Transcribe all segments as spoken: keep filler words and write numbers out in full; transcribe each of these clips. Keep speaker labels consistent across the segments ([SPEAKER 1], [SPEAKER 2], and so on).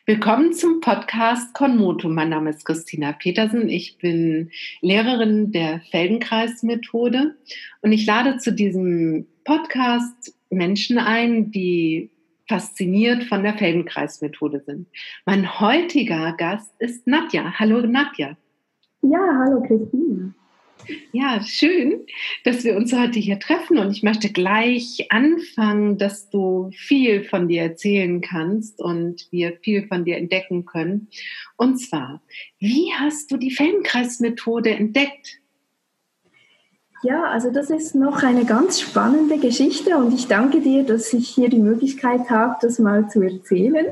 [SPEAKER 1] Willkommen zum Podcast Konmoto. Mein Name ist Christina Petersen. Ich bin Lehrerin der Feldenkreis-Methode und ich lade zu diesem Podcast Menschen ein, die fasziniert von der Feldenkreis-Methode sind. Mein heutiger Gast ist Nadja. Hallo Nadja.
[SPEAKER 2] Ja, hallo Christina.
[SPEAKER 1] Ja, schön, dass wir uns heute hier treffen und ich möchte gleich anfangen, dass du viel von dir erzählen kannst und wir viel von dir entdecken können. Und zwar, wie hast du die Feldenkreis-Methode entdeckt?
[SPEAKER 2] Ja, also das ist noch eine ganz spannende Geschichte und ich danke dir, dass ich hier die Möglichkeit habe, das mal zu erzählen.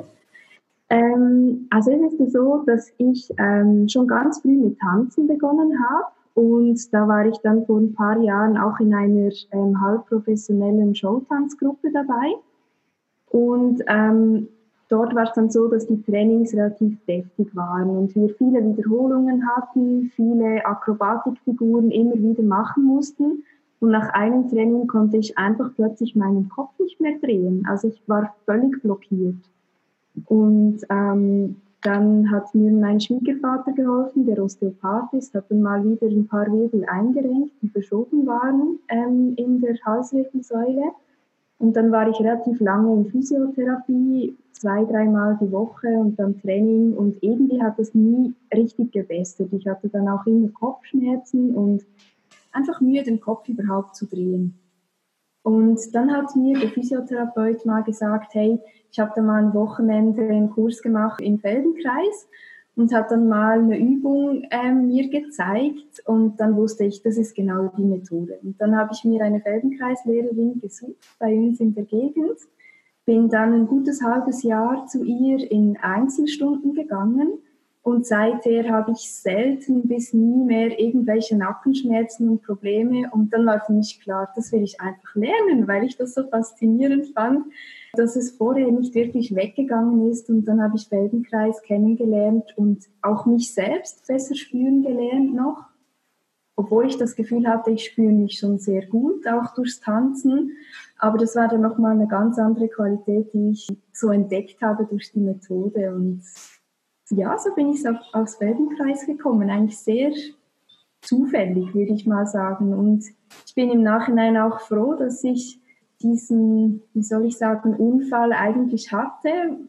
[SPEAKER 2] Ähm, also es ist so, dass ich ähm, schon ganz früh mit Tanzen begonnen habe. Und da war ich dann vor ein paar Jahren auch in einer ähm, halbprofessionellen Showtanzgruppe dabei. Und ähm, dort war es dann so, dass die Trainings relativ deftig waren und wir viele Wiederholungen hatten, viele Akrobatikfiguren immer wieder machen mussten. Und nach einem Training konnte ich einfach plötzlich meinen Kopf nicht mehr drehen. Also ich war völlig blockiert. Und ähm, dann hat mir mein Schwiegervater geholfen, der Osteopath ist, hat dann mal wieder ein paar Wirbel eingerenkt, die verschoben waren ähm, in der Halswirbelsäule. Und dann war ich relativ lange in Physiotherapie, zwei, dreimal die Woche und dann Training. Und irgendwie hat das nie richtig gebessert. Ich hatte dann auch immer Kopfschmerzen und einfach Mühe, den Kopf überhaupt zu drehen. Und dann hat mir der Physiotherapeut mal gesagt, hey, ich habe da mal ein Wochenende einen Kurs gemacht im Feldenkreis und hat dann mal eine Übung äh, mir gezeigt und dann wusste ich, das ist genau die Methode. Und dann habe ich mir eine Feldenkreislehrerin gesucht bei uns in der Gegend, bin dann ein gutes halbes Jahr zu ihr in Einzelstunden gegangen und seither habe ich selten bis nie mehr irgendwelche Nackenschmerzen und Probleme. Und dann war für mich klar, das will ich einfach lernen, weil ich das so faszinierend fand, dass es vorher nicht wirklich weggegangen ist. Und dann habe ich Feldenkreis kennengelernt und auch mich selbst besser spüren gelernt noch. Obwohl ich das Gefühl hatte, ich spüre mich schon sehr gut, auch durchs Tanzen. Aber das war dann nochmal eine ganz andere Qualität, die ich so entdeckt habe durch die Methode. Und ja, so bin ich auf, aufs Feldenkreis gekommen, eigentlich sehr zufällig, würde ich mal sagen. Und ich bin im Nachhinein auch froh, dass ich diesen, wie soll ich sagen, Unfall eigentlich hatte,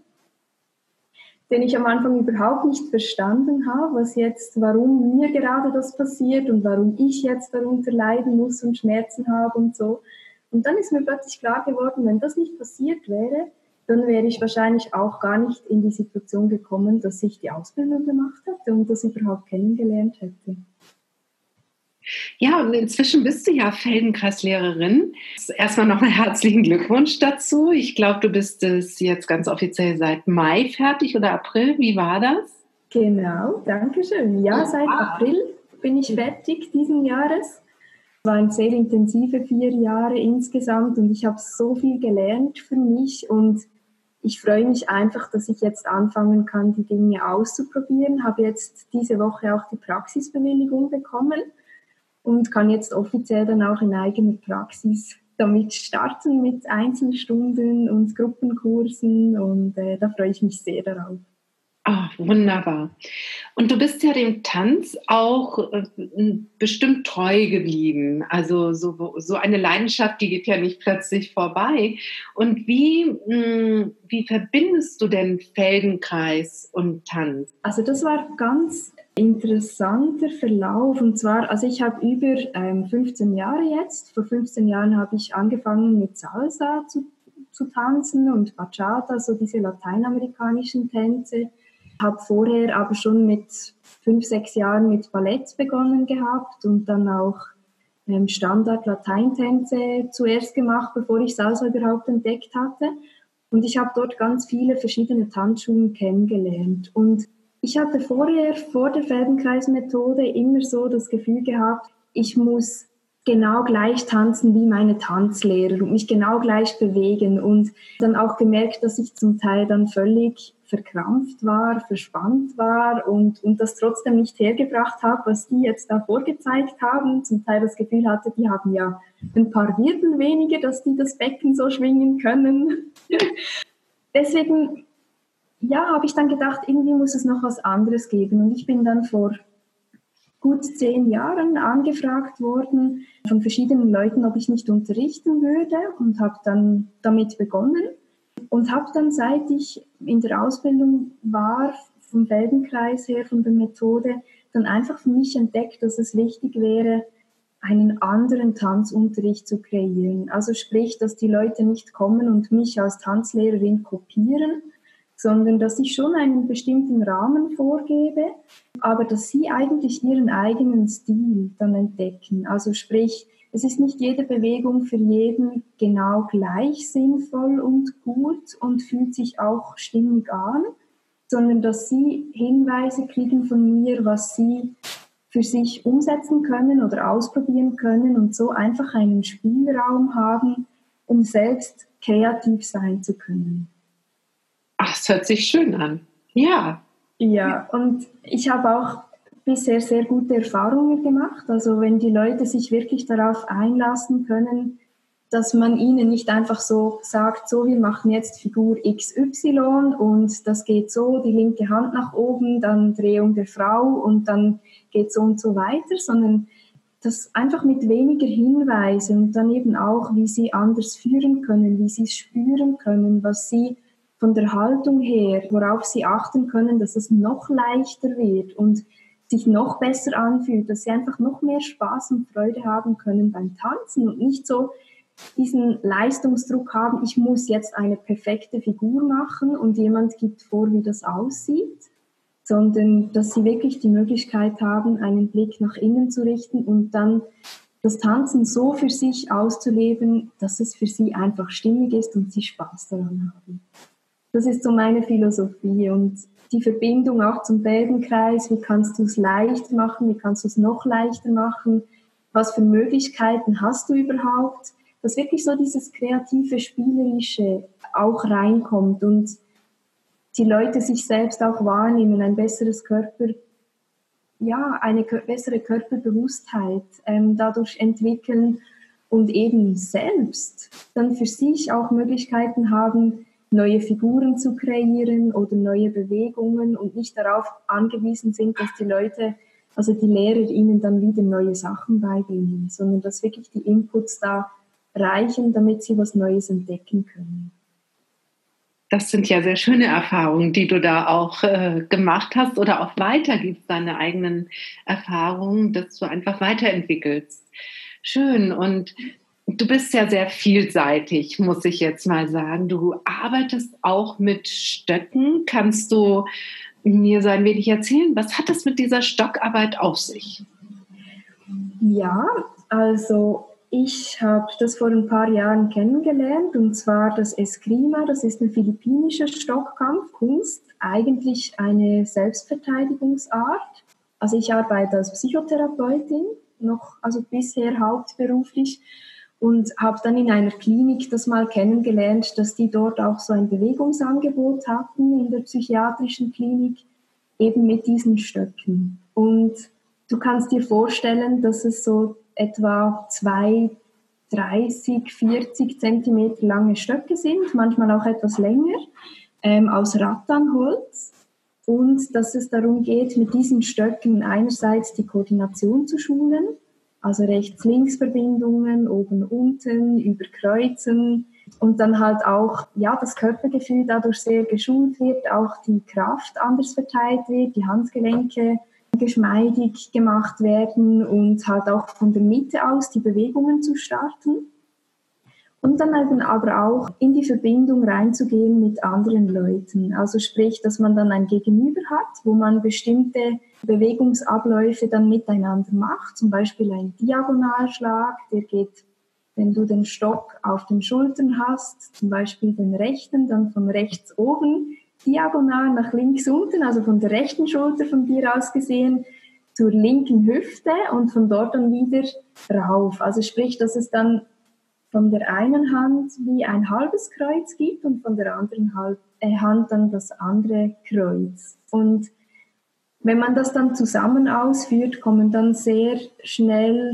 [SPEAKER 2] den ich am Anfang überhaupt nicht verstanden habe, was jetzt, warum mir gerade das passiert und warum ich jetzt darunter leiden muss und Schmerzen habe und so. Und dann ist mir plötzlich klar geworden, wenn das nicht passiert wäre, dann wäre ich wahrscheinlich auch gar nicht in die Situation gekommen, dass ich die Ausbildung gemacht hätte und das überhaupt kennengelernt hätte.
[SPEAKER 1] Ja, und inzwischen bist du ja Feldenkreislehrerin. Erstmal nochmal herzlichen Glückwunsch dazu. Ich glaube, du bist es jetzt ganz offiziell seit Mai fertig oder April. Wie war das?
[SPEAKER 2] Genau, danke schön. Ja, seit April bin ich fertig diesen Jahres. Es waren sehr intensive vier Jahre insgesamt und ich habe so viel gelernt für mich und ich freue mich einfach, dass ich jetzt anfangen kann, die Dinge auszuprobieren. Habe jetzt diese Woche auch die Praxisbewilligung bekommen und kann jetzt offiziell dann auch in eigener Praxis damit starten mit Einzelstunden und Gruppenkursen und äh, da freue ich mich sehr darauf.
[SPEAKER 1] Ah, wunderbar. Und du bist ja dem Tanz auch äh, bestimmt treu geblieben. Also so, so eine Leidenschaft, die geht ja nicht plötzlich vorbei. Und wie, mh, wie verbindest du denn Feldenkreis und Tanz?
[SPEAKER 2] Also das war ganz interessanter Verlauf. Und zwar, also ich habe über ähm, fünfzehn Jahre jetzt, vor fünfzehn Jahren habe ich angefangen mit Salsa zu, zu tanzen und Bachata, so diese lateinamerikanischen Tänze. Habe vorher aber schon mit fünf, sechs Jahren mit Ballett begonnen gehabt und dann auch ähm, Standard-Lateintänze zuerst gemacht, bevor ich Salsa überhaupt entdeckt hatte. Und ich habe dort ganz viele verschiedene Tanzschulen kennengelernt. Und ich hatte vorher, vor der Feldenkreis-Methode, immer so das Gefühl gehabt, ich muss genau gleich tanzen wie meine Tanzlehrer und mich genau gleich bewegen und dann auch gemerkt, dass ich zum Teil dann völlig verkrampft war, verspannt war und, und das trotzdem nicht hergebracht habe, was die jetzt da vorgezeigt haben. Zum Teil das Gefühl hatte, die haben ja ein paar Wirbel weniger, dass die das Becken so schwingen können. Deswegen ja, habe ich dann gedacht, irgendwie muss es noch was anderes geben. Und ich bin dann vor gut zehn Jahren angefragt worden von verschiedenen Leuten, ob ich nicht unterrichten würde, und habe dann damit begonnen und habe dann, seit ich in der Ausbildung war, vom Feldenkreis her, von der Methode, dann einfach für mich entdeckt, dass es wichtig wäre, einen anderen Tanzunterricht zu kreieren. Also sprich, dass die Leute nicht kommen und mich als Tanzlehrerin kopieren, sondern dass ich schon einen bestimmten Rahmen vorgebe, aber dass sie eigentlich ihren eigenen Stil dann entdecken. Also sprich, es ist nicht jede Bewegung für jeden genau gleich sinnvoll und gut und fühlt sich auch stimmig an, sondern dass sie Hinweise kriegen von mir, was sie für sich umsetzen können oder ausprobieren können und so einfach einen Spielraum haben, um selbst kreativ sein zu können.
[SPEAKER 1] Ach, es hört sich schön an. Ja.
[SPEAKER 2] Ja, und ich habe auch bisher sehr gute Erfahrungen gemacht. Also wenn die Leute sich wirklich darauf einlassen können, dass man ihnen nicht einfach so sagt, so, wir machen jetzt Figur X Y und das geht so, die linke Hand nach oben, dann Drehung der Frau und dann geht so und so weiter, sondern das einfach mit weniger Hinweise und dann eben auch, wie sie anders führen können, wie sie es spüren können, was sie von der Haltung her, worauf sie achten können, dass es noch leichter wird und sich noch besser anfühlt, dass sie einfach noch mehr Spaß und Freude haben können beim Tanzen und nicht so diesen Leistungsdruck haben, ich muss jetzt eine perfekte Figur machen und jemand gibt vor, wie das aussieht, sondern dass sie wirklich die Möglichkeit haben, einen Blick nach innen zu richten und dann das Tanzen so für sich auszuleben, dass es für sie einfach stimmig ist und sie Spaß daran haben. Das ist so meine Philosophie und die Verbindung auch zum Feldenkreis, wie kannst du es leicht machen, wie kannst du es noch leichter machen, was für Möglichkeiten hast du überhaupt, dass wirklich so dieses kreative, spielerische auch reinkommt und die Leute sich selbst auch wahrnehmen, ein besseres Körper, ja, eine bessere Körperbewusstheit ähm, dadurch entwickeln und eben selbst dann für sich auch Möglichkeiten haben, neue Figuren zu kreieren oder neue Bewegungen und nicht darauf angewiesen sind, dass die Leute, also die Lehrer ihnen dann wieder neue Sachen beibringen, sondern dass wirklich die Inputs da reichen, damit sie was Neues entdecken können.
[SPEAKER 1] Das sind ja sehr schöne Erfahrungen, die du da auch äh, gemacht hast oder auch weitergibst, deine eigenen Erfahrungen, dass du einfach weiterentwickelst. Schön. Und du bist ja sehr vielseitig, muss ich jetzt mal sagen. Du arbeitest auch mit Stöcken. Kannst du mir so ein wenig erzählen, was hat es mit dieser Stockarbeit auf sich?
[SPEAKER 2] Ja, also ich habe das vor ein paar Jahren kennengelernt, und zwar das Eskrima, das ist eine philippinische Stockkampfkunst, eigentlich eine Selbstverteidigungsart. Also ich arbeite als Psychotherapeutin, noch also bisher hauptberuflich, und habe dann in einer Klinik das mal kennengelernt, dass die dort auch so ein Bewegungsangebot hatten in der psychiatrischen Klinik, eben mit diesen Stöcken. Und du kannst dir vorstellen, dass es so etwa zwei, dreißig, vierzig Zentimeter lange Stöcke sind, manchmal auch etwas länger, ähm, aus Rattanholz. Und dass es darum geht, mit diesen Stöcken einerseits die Koordination zu schulen, also Rechts-Links-Verbindungen, oben-unten, überkreuzen und dann halt auch ja, das Körpergefühl dadurch sehr geschult wird, auch die Kraft anders verteilt wird, die Handgelenke geschmeidig gemacht werden und halt auch von der Mitte aus die Bewegungen zu starten. Und dann eben aber auch in die Verbindung reinzugehen mit anderen Leuten. Also sprich, dass man dann ein Gegenüber hat, wo man bestimmte Bewegungsabläufe dann miteinander macht. Zum Beispiel ein Diagonalschlag, der geht, wenn du den Stock auf den Schultern hast, zum Beispiel den rechten, dann von rechts oben diagonal nach links unten, also von der rechten Schulter von dir aus gesehen, zur linken Hüfte und von dort dann wieder rauf. Also sprich, dass es dann von der einen Hand wie ein halbes Kreuz gibt und von der anderen Hand dann das andere Kreuz. Und wenn man das dann zusammen ausführt, kommen dann sehr schnell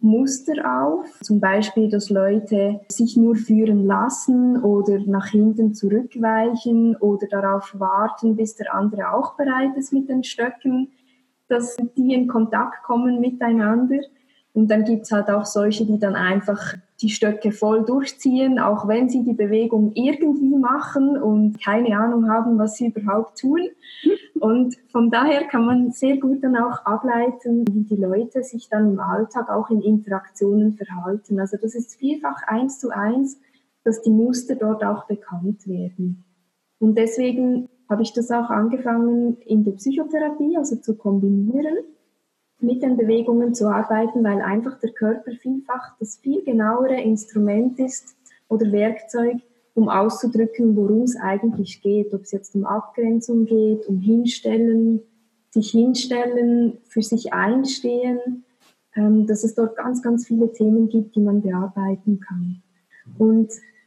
[SPEAKER 2] Muster auf. Zum Beispiel, dass Leute sich nur führen lassen oder nach hinten zurückweichen oder darauf warten, bis der andere auch bereit ist mit den Stöcken, dass die in Kontakt kommen miteinander. Und dann gibt es halt auch solche, die dann einfach die Stöcke voll durchziehen, auch wenn sie die Bewegung irgendwie machen und keine Ahnung haben, was sie überhaupt tun. Und von daher kann man sehr gut dann auch ableiten, wie die Leute sich dann im Alltag auch in Interaktionen verhalten. Also das ist vielfach eins zu eins, dass die Muster dort auch bekannt werden. Und deswegen habe ich das auch angefangen in der Psychotherapie, also zu kombinieren, mit den Bewegungen zu arbeiten, weil einfach der Körper vielfach das viel genauere Instrument ist oder Werkzeug, um auszudrücken, worum es eigentlich geht. Ob es jetzt um Abgrenzung geht, um Hinstellen, sich hinstellen, für sich einstehen, ähm, dass es dort ganz, ganz viele Themen gibt, die man bearbeiten kann. Und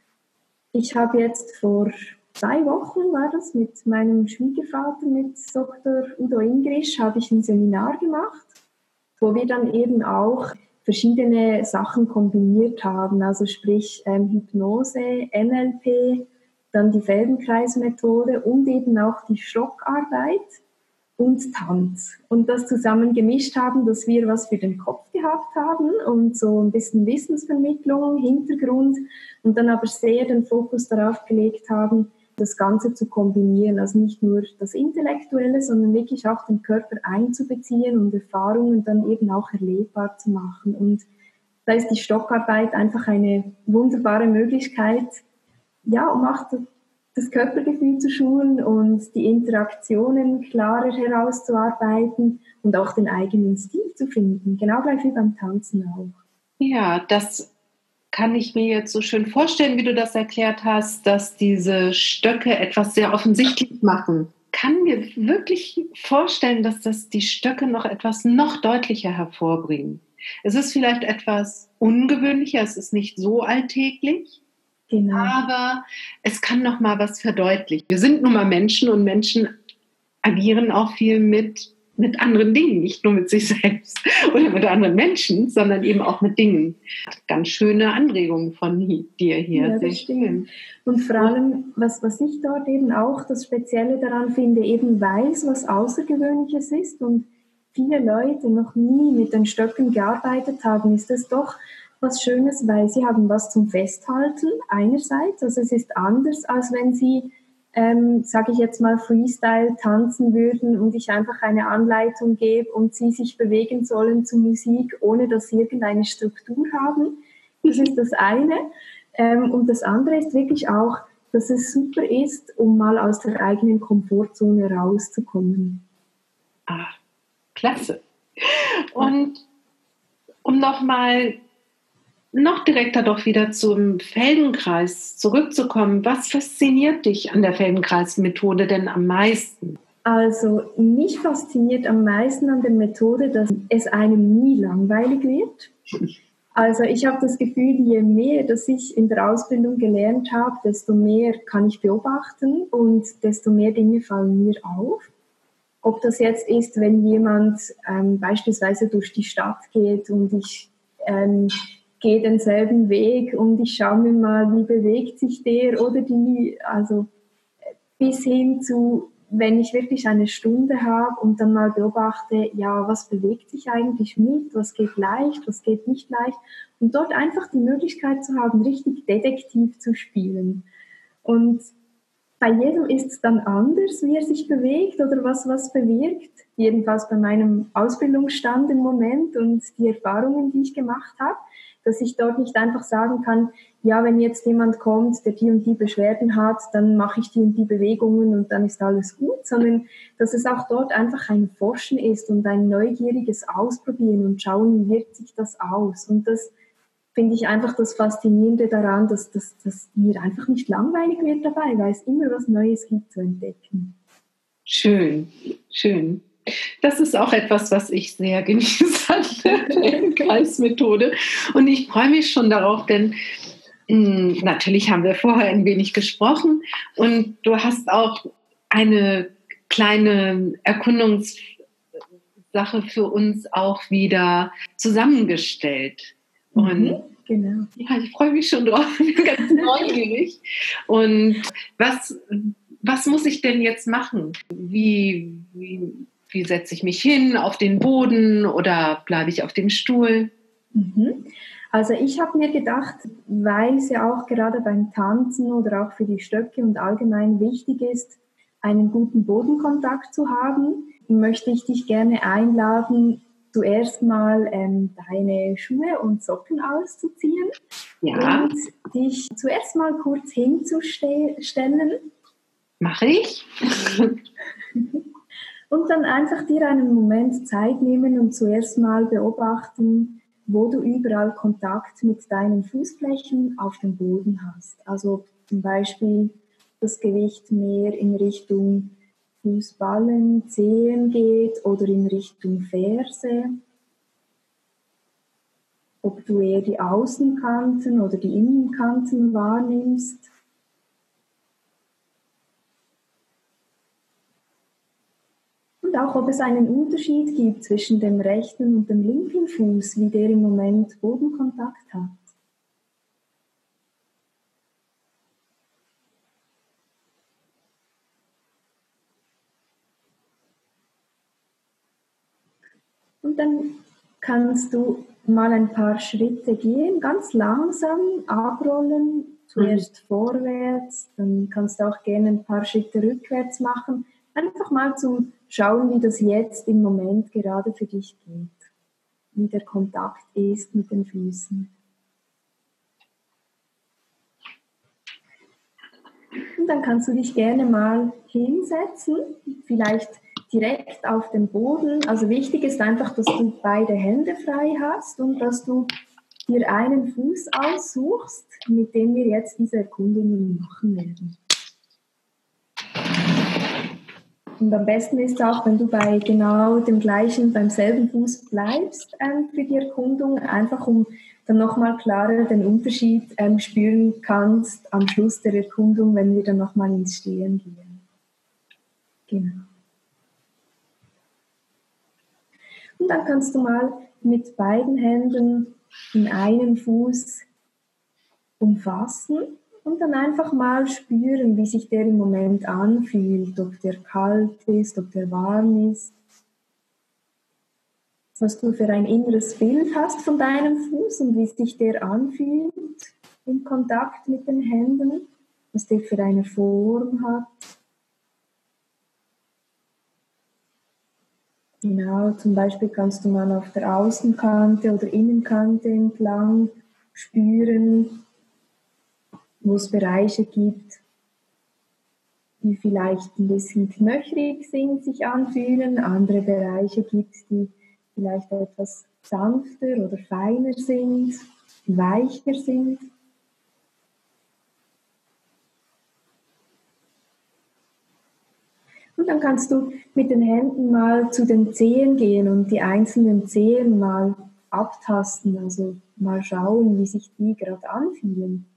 [SPEAKER 2] ich habe jetzt vor zwei Wochen, war das, mit meinem Schwiegervater, mit Doktor Udo Ingrisch, habe ich ein Seminar gemacht, wo wir dann eben auch verschiedene Sachen kombiniert haben, also sprich ähm, Hypnose, N L P, dann die Feldenkreismethode und eben auch die Stockarbeit und Tanz. Und das zusammen gemischt haben, dass wir was für den Kopf gehabt haben und so ein bisschen Wissensvermittlung, Hintergrund und dann aber sehr den Fokus darauf gelegt haben, das Ganze zu kombinieren, also nicht nur das Intellektuelle, sondern wirklich auch den Körper einzubeziehen und Erfahrungen dann eben auch erlebbar zu machen. Und da ist die Stockarbeit einfach eine wunderbare Möglichkeit, ja, um auch das Körpergefühl zu schulen und die Interaktionen klarer herauszuarbeiten und auch den eigenen Stil zu finden, genau gleich wie beim Tanzen auch.
[SPEAKER 1] Ja, das kann ich mir jetzt so schön vorstellen, wie du das erklärt hast, dass diese Stöcke etwas sehr offensichtlich machen. Kann mir wirklich vorstellen, dass das die Stöcke noch etwas noch deutlicher hervorbringen. Es ist vielleicht etwas ungewöhnlicher, es ist nicht so alltäglich, genau. Aber es kann noch mal was verdeutlichen. Wir sind nun mal Menschen und Menschen agieren auch viel mit mit anderen Dingen, nicht nur mit sich selbst oder mit anderen Menschen, sondern eben auch mit Dingen. Ganz schöne Anregungen von dir hier.
[SPEAKER 2] Ja, das stimmt. Und vor allem, was, was ich dort eben auch das Spezielle daran finde, eben weil es was Außergewöhnliches ist und viele Leute noch nie mit den Stöcken gearbeitet haben, ist es doch was Schönes, weil sie haben was zum Festhalten einerseits. Also es ist anders, als wenn sie Ähm, sage ich jetzt mal, Freestyle tanzen würden und ich einfach eine Anleitung gebe und sie sich bewegen sollen zu Musik, ohne dass sie irgendeine Struktur haben. Das ist das eine. Ähm, und das andere ist wirklich auch, dass es super ist, um mal aus der eigenen Komfortzone rauszukommen.
[SPEAKER 1] Ah, klasse. Und um nochmal noch direkter doch wieder zum Feldenkreis zurückzukommen. Was fasziniert dich an der Feldenkreis-Methode denn am meisten?
[SPEAKER 2] Also mich fasziniert am meisten an der Methode, dass es einem nie langweilig wird. Also ich habe das Gefühl, je mehr, dass ich in der Ausbildung gelernt habe, desto mehr kann ich beobachten und desto mehr Dinge fallen mir auf. Ob das jetzt ist, wenn jemand ähm, beispielsweise durch die Stadt geht und ich ähm, gehe denselben Weg und ich schaue mir mal, wie bewegt sich der oder die, also bis hin zu, wenn ich wirklich eine Stunde habe und dann mal beobachte, ja, was bewegt sich eigentlich mit, was geht leicht, was geht nicht leicht und dort einfach die Möglichkeit zu haben, richtig Detektiv zu spielen. Und bei jedem ist es dann anders, wie er sich bewegt oder was was bewirkt, jedenfalls bei meinem Ausbildungsstand im Moment und die Erfahrungen, die ich gemacht habe, dass ich dort nicht einfach sagen kann, ja, wenn jetzt jemand kommt, der die und die Beschwerden hat, dann mache ich die und die Bewegungen und dann ist alles gut, sondern dass es auch dort einfach ein Forschen ist und ein neugieriges Ausprobieren und schauen, wie wirkt sich das aus. Und das finde ich einfach das Faszinierende daran, dass, dass, dass mir einfach nicht langweilig wird dabei, weil es immer was Neues gibt zu entdecken.
[SPEAKER 1] Schön, schön. Das ist auch etwas, was ich sehr genieße an der Feldenkreismethode. Und ich freue mich schon darauf, denn mh, natürlich haben wir vorher ein wenig gesprochen und du hast auch eine kleine Erkundungsseite Sache für uns auch wieder zusammengestellt.
[SPEAKER 2] Mhm,
[SPEAKER 1] und
[SPEAKER 2] genau.
[SPEAKER 1] Ja, ich freue mich schon drauf, ich bin ganz neugierig. Und was, was muss ich denn jetzt machen? Wie, wie, wie setze ich mich hin auf den Boden oder bleibe ich auf dem Stuhl?
[SPEAKER 2] Mhm. Also ich habe mir gedacht, weil es ja auch gerade beim Tanzen oder auch für die Stöcke und allgemein wichtig ist, einen guten Bodenkontakt zu haben, möchte ich dich gerne einladen, zuerst mal ähm, deine Schuhe und Socken auszuziehen
[SPEAKER 1] Ja,
[SPEAKER 2] und dich zuerst mal kurz hinzustellen
[SPEAKER 1] mache ich.
[SPEAKER 2] und dann einfach dir einen Moment Zeit nehmen und zuerst mal beobachten, wo du überall Kontakt mit deinen Fußflächen auf dem Boden hast. Also zum Beispiel das Gewicht mehr in Richtung Fußballen, Zehen geht oder in Richtung Ferse. Ob du eher die Außenkanten oder die Innenkanten wahrnimmst. Und auch, ob es einen Unterschied gibt zwischen dem rechten und dem linken Fuß, wie der im Moment Bodenkontakt hat. Und dann kannst du mal ein paar Schritte gehen, ganz langsam abrollen, zuerst mhm. vorwärts, dann kannst du auch gerne ein paar Schritte rückwärts machen, einfach mal zum Schauen, wie das jetzt im Moment gerade für dich geht, wie der Kontakt ist mit den Füßen. Und dann kannst du dich gerne mal hinsetzen, vielleicht direkt auf den Boden. Also wichtig ist einfach, dass du beide Hände frei hast und dass du dir einen Fuß aussuchst, mit dem wir jetzt diese Erkundungen machen werden. Und am besten ist auch, wenn du bei genau dem gleichen, beim selben Fuß bleibst ähm, für die Erkundung, einfach um dann nochmal klarer den Unterschied ähm, spüren kannst am Schluss der Erkundung, wenn wir dann nochmal ins Stehen gehen. Genau. Und dann kannst du mal mit beiden Händen in einen Fuß umfassen und dann einfach mal spüren, wie sich der im Moment anfühlt, ob der kalt ist, ob der warm ist. Was du für ein inneres Bild hast von deinem Fuß und wie sich der anfühlt im Kontakt mit den Händen, was der für eine Form hat. Genau, zum Beispiel kannst du mal auf der Außenkante oder Innenkante entlang spüren, wo es Bereiche gibt, die vielleicht ein bisschen knöchrig sind, sich anfühlen, andere Bereiche gibt, die vielleicht etwas sanfter oder feiner sind, weicher sind. Und dann kannst du mit den Händen mal zu den Zehen gehen und die einzelnen Zehen mal abtasten, also mal schauen, wie sich die gerade anfühlen.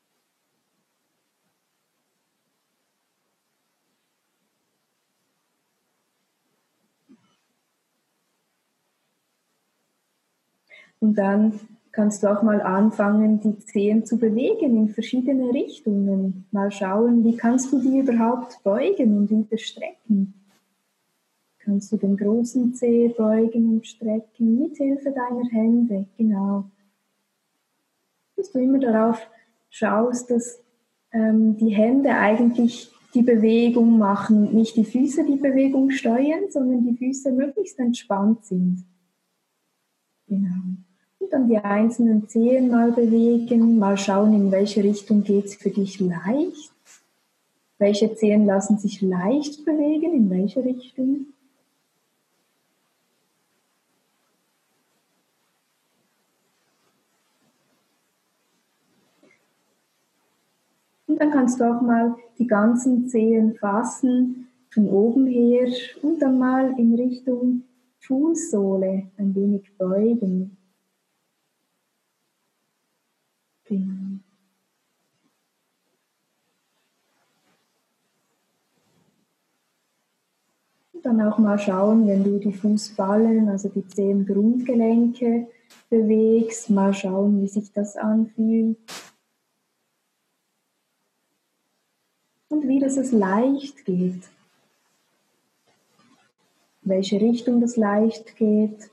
[SPEAKER 2] Und dann kannst du auch mal anfangen, die Zehen zu bewegen in verschiedene Richtungen. Mal schauen, wie kannst du die überhaupt beugen und wieder strecken. Kannst du den großen Zeh beugen und strecken mit Hilfe deiner Hände, genau. Dass du immer darauf schaust, dass ähm, die Hände eigentlich die Bewegung machen und nicht die Füße die Bewegung steuern, sondern die Füße möglichst entspannt sind. Genau. Und dann die einzelnen Zehen mal bewegen, mal schauen, in welche Richtung geht es für dich leicht. Welche Zehen lassen sich leicht bewegen, in welche Richtung. Und dann kannst du auch mal die ganzen Zehen fassen, von oben her und dann mal in Richtung Fußsohle ein wenig beugen. Genau. Und dann auch mal schauen, wenn du die Fußballen, also die Zehengrundgelenke bewegst, mal schauen, wie sich das anfühlt. Und wie das es leicht geht. Welche Richtung das leicht geht.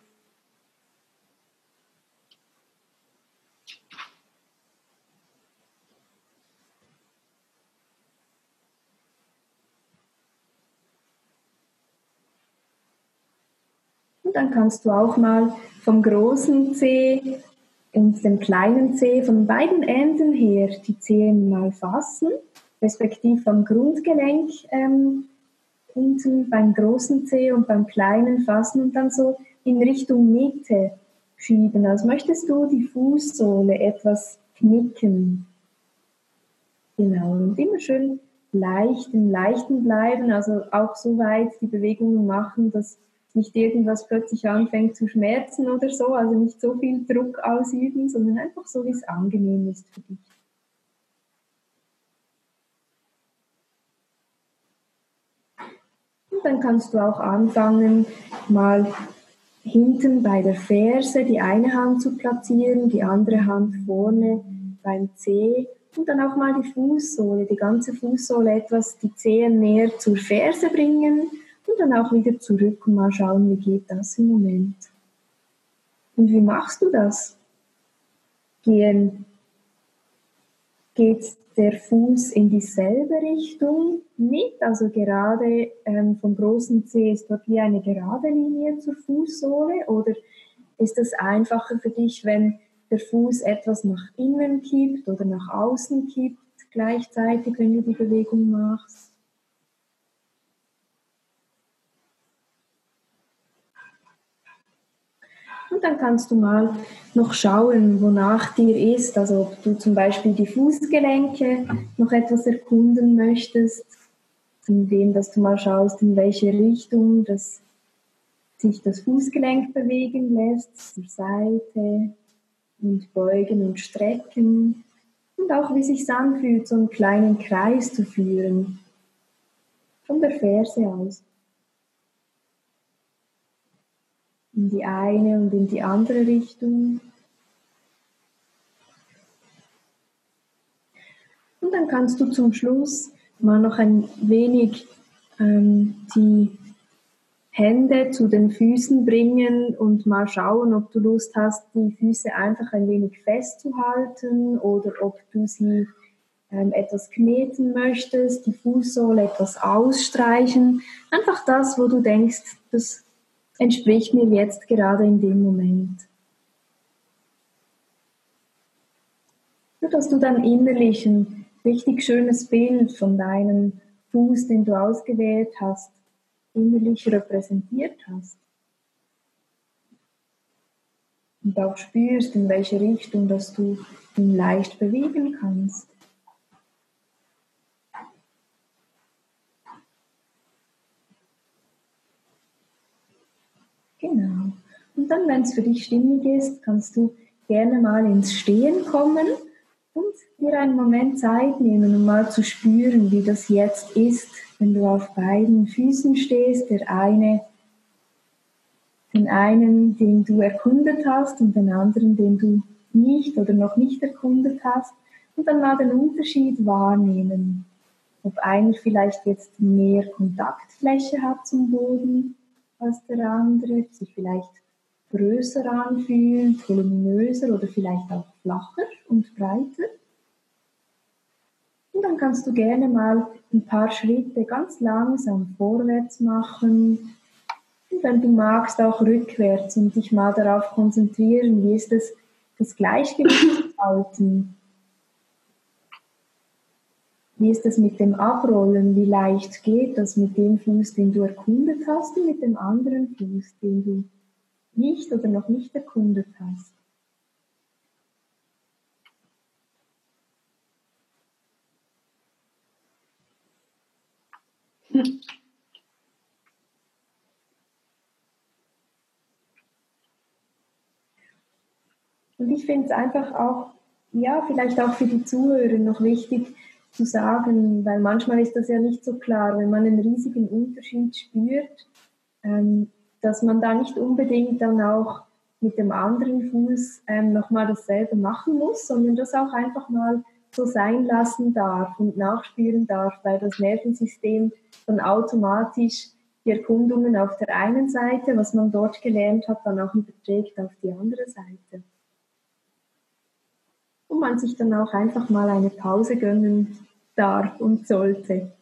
[SPEAKER 2] Und dann kannst du auch mal vom großen Zeh und dem kleinen Zeh von beiden Enden her die Zehen mal fassen, respektive vom Grundgelenk ähm, unten beim großen Zeh und beim kleinen fassen und dann so in Richtung Mitte schieben. Also möchtest du die Fußsohle etwas knicken. Genau, und immer schön leicht im Leichten bleiben, also auch so weit die Bewegungen machen, dass nicht irgendwas plötzlich anfängt zu schmerzen oder so, also nicht so viel Druck ausüben, sondern einfach so, wie es angenehm ist für dich. Und dann kannst du auch anfangen, mal hinten bei der Ferse die eine Hand zu platzieren, die andere Hand vorne beim Zeh und dann auch mal die Fußsohle, die ganze Fußsohle etwas die Zehen näher zur Ferse bringen und dann auch wieder zurück und mal schauen, wie geht das im Moment. Und wie machst du das? Gehen, geht der Fuß in dieselbe Richtung mit, also gerade ähm, vom großen Zeh ist dort wie eine gerade Linie zur Fußsohle oder ist es einfacher für dich, wenn der Fuß etwas nach innen kippt oder nach außen kippt gleichzeitig, wenn du die Bewegung machst? Und dann kannst du mal noch schauen, wonach dir ist, also ob du zum Beispiel die Fußgelenke noch etwas erkunden möchtest, indem dass du mal schaust, in welche Richtung das, sich das Fußgelenk bewegen lässt, zur Seite und beugen und strecken und auch wie sich anfühlt, so einen kleinen Kreis zu führen, von der Ferse aus. In die eine und in die andere Richtung. Und dann kannst du zum Schluss mal noch ein wenig ähm, die Hände zu den Füßen bringen und mal schauen, ob du Lust hast, die Füße einfach ein wenig festzuhalten oder ob du sie ähm, etwas kneten möchtest, die Fußsohle etwas ausstreichen. Einfach das, wo du denkst, das entspricht mir jetzt gerade in dem Moment. So dass du dann innerlich ein richtig schönes Bild von deinem Fuß, den du ausgewählt hast, innerlich repräsentiert hast. Und auch spürst, in welche Richtung dass du ihn leicht bewegen kannst. Genau. Und dann, wenn es für dich stimmig ist, kannst du gerne mal ins Stehen kommen und dir einen Moment Zeit nehmen, um mal zu spüren, wie das jetzt ist, wenn du auf beiden Füßen stehst, der eine, den einen, den du erkundet hast und den anderen, den du nicht oder noch nicht erkundet hast, und dann mal den Unterschied wahrnehmen. Ob einer vielleicht jetzt mehr Kontaktfläche hat zum Boden als der andere, sich vielleicht größer anfühlt, voluminöser oder vielleicht auch flacher und breiter. Und dann kannst du gerne mal ein paar Schritte ganz langsam vorwärts machen und wenn du magst auch rückwärts und dich mal darauf konzentrieren, wie ist es, das Gleichgewicht zu halten. Wie ist es mit dem Abrollen? Wie leicht geht das mit dem Fuß, den du erkundet hast und mit dem anderen Fuß, den du nicht oder noch nicht erkundet hast? Und ich finde es einfach auch, ja, vielleicht auch für die Zuhörer noch wichtig, zu sagen, weil manchmal ist das ja nicht so klar, wenn man einen riesigen Unterschied spürt, ähm, dass man da nicht unbedingt dann auch mit dem anderen Fuß ähm, nochmal dasselbe machen muss, sondern das auch einfach mal so sein lassen darf und nachspüren darf, weil das Nervensystem dann automatisch die Erkundungen auf der einen Seite, was man dort gelernt hat, dann auch überträgt auf die andere Seite. Und man sich dann auch einfach mal eine Pause gönnen darf und sollte.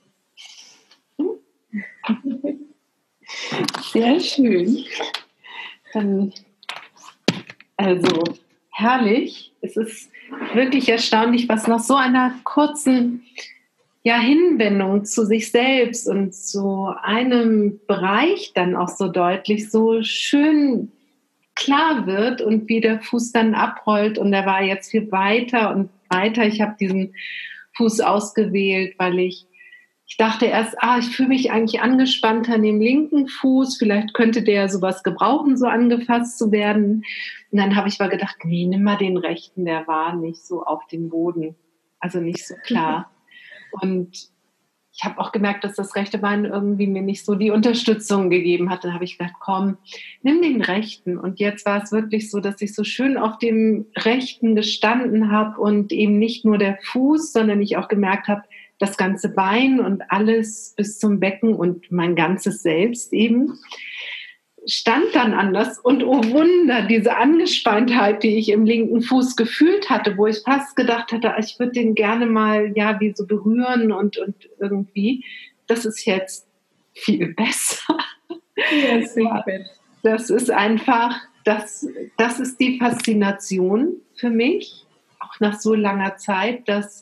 [SPEAKER 1] Sehr schön. Dann, also herrlich. Es ist wirklich erstaunlich, was nach so einer kurzen ja, Hinwendung zu sich selbst und zu einem Bereich dann auch so deutlich, so schön klar wird und wie der Fuß dann abrollt. Und er war jetzt viel weiter und weiter. Ich habe diesen Fuß ausgewählt, weil ich Ich dachte erst, ah, ich fühle mich eigentlich angespannter an dem linken Fuß. Vielleicht könnte der sowas gebrauchen, so angefasst zu werden. Und dann habe ich mal gedacht, nee, nimm mal den rechten, der war nicht so auf dem Boden. Also nicht so klar. Und ich habe auch gemerkt, dass das rechte Bein irgendwie mir nicht so die Unterstützung gegeben hat. Dann habe ich gedacht, komm, nimm den rechten. Und jetzt war es wirklich so, dass ich so schön auf dem rechten gestanden habe und eben nicht nur der Fuß, sondern ich auch gemerkt habe, das ganze Bein und alles bis zum Becken und mein ganzes Selbst eben stand dann anders. Und oh Wunder, diese Angespanntheit, die ich im linken Fuß gefühlt hatte, wo ich fast gedacht hatte, ich würde den gerne mal ja wie so berühren und, und irgendwie, das ist jetzt viel besser.
[SPEAKER 2] Ja, super.
[SPEAKER 1] Das ist einfach, das, das ist die Faszination für mich, auch nach so langer Zeit, dass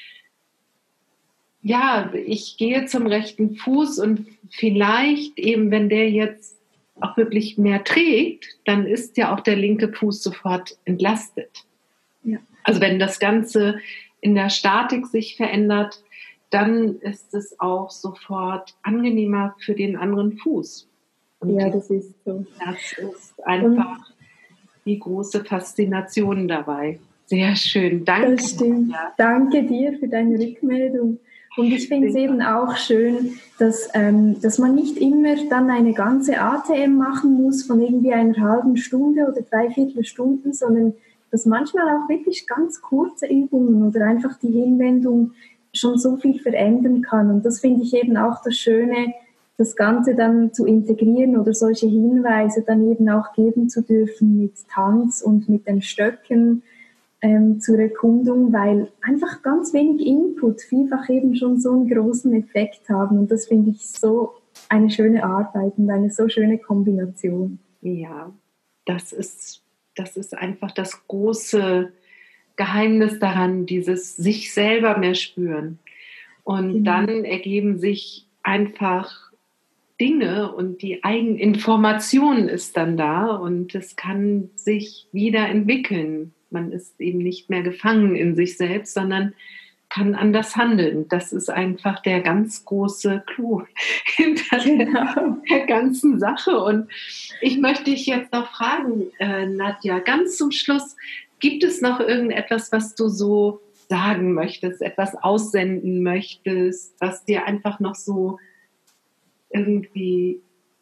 [SPEAKER 1] ja, ich gehe zum rechten Fuß und vielleicht eben, wenn der jetzt auch wirklich mehr trägt, dann ist ja auch der linke Fuß sofort entlastet. Ja. Also wenn das Ganze in der Statik sich verändert, dann ist es auch sofort angenehmer für den anderen Fuß. Und
[SPEAKER 2] ja, das ist so.
[SPEAKER 1] Das ist einfach und die große Faszination dabei. Sehr schön, danke.
[SPEAKER 2] Das stimmt. Ja. Danke dir für deine Rückmeldung. Und ich finde es eben auch schön, dass, ähm, dass man nicht immer dann eine ganze A T M machen muss von irgendwie einer halben Stunde oder dreiviertel Stunden, sondern dass manchmal auch wirklich ganz kurze Übungen oder einfach die Hinwendung schon so viel verändern kann. Und das finde ich eben auch das Schöne, das Ganze dann zu integrieren oder solche Hinweise dann eben auch geben zu dürfen mit Tanz und mit den Stöcken. Ähm, zur Erkundung, weil einfach ganz wenig Input vielfach eben schon so einen großen Effekt haben und das finde ich so eine schöne Arbeit und eine so schöne Kombination.
[SPEAKER 1] Ja, das ist, das ist einfach das große Geheimnis daran, dieses sich selber mehr spüren und mhm. dann ergeben sich einfach Dinge und die Eigeninformation ist dann da und es kann sich wieder entwickeln. Man ist eben nicht mehr gefangen in sich selbst, sondern kann anders handeln. Das ist einfach der ganz große Clou hinter genau. der ganzen Sache. Und ich möchte dich jetzt noch fragen, äh, Nadja, ganz zum Schluss, gibt es noch irgendetwas, was du so sagen möchtest, etwas aussenden möchtest, was dir einfach noch so irgendwie...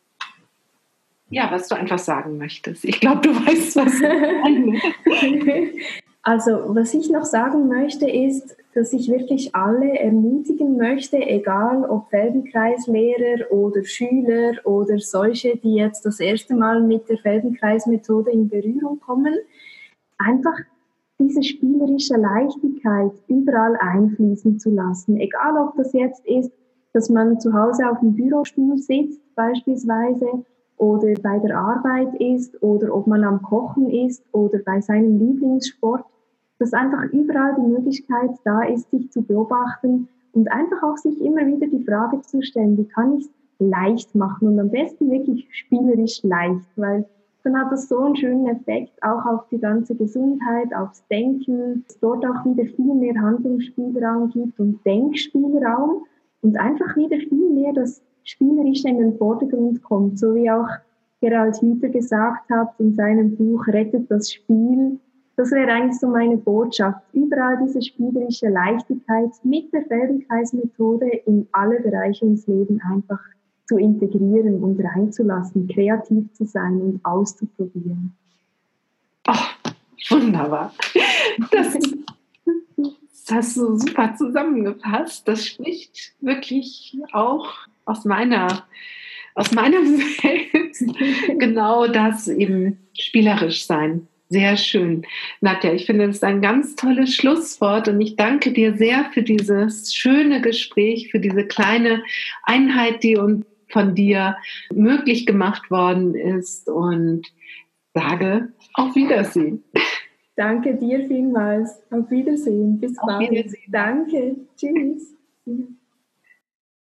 [SPEAKER 1] Ja, was du einfach sagen möchtest. Ich glaube, du weißt, was ich meine.
[SPEAKER 2] Also, was ich noch sagen möchte, ist, dass ich wirklich alle ermutigen möchte, egal ob Feldenkreislehrer oder Schüler oder solche, die jetzt das erste Mal mit der Feldenkreismethode in Berührung kommen, einfach diese spielerische Leichtigkeit überall einfließen zu lassen. Egal, ob das jetzt ist, dass man zu Hause auf dem Bürostuhl sitzt, beispielsweise, oder bei der Arbeit ist oder ob man am Kochen ist oder bei seinem Lieblingssport, dass einfach überall die Möglichkeit da ist, sich zu beobachten und einfach auch sich immer wieder die Frage zu stellen, wie kann ich es leicht machen und am besten wirklich spielerisch leicht, weil dann hat das so einen schönen Effekt auch auf die ganze Gesundheit, aufs Denken, dass dort auch wieder viel mehr Handlungsspielraum gibt und Denkspielraum und einfach wieder viel mehr das Spielerisch in den Vordergrund kommt, so wie auch Gerald Hüther gesagt hat in seinem Buch Rettet das Spiel, das wäre eigentlich so meine Botschaft. Überall diese spielerische Leichtigkeit mit der Feldenkreismethode in alle Bereiche ins Leben einfach zu integrieren und reinzulassen, kreativ zu sein und auszuprobieren.
[SPEAKER 1] Ach, wunderbar. Das, das hast du super zusammengefasst. Das spricht wirklich auch aus meiner, aus meinem Welt. Genau das eben spielerisch sein. Sehr schön. Nadja, ich finde, das ist ein ganz tolles Schlusswort und ich danke dir sehr für dieses schöne Gespräch, für diese kleine Einheit, die uns von dir möglich gemacht worden ist und sage auf Wiedersehen.
[SPEAKER 2] Danke dir vielmals. Auf Wiedersehen. Bis
[SPEAKER 1] Auf
[SPEAKER 2] bald.
[SPEAKER 1] Wiedersehen.
[SPEAKER 2] Danke. Tschüss.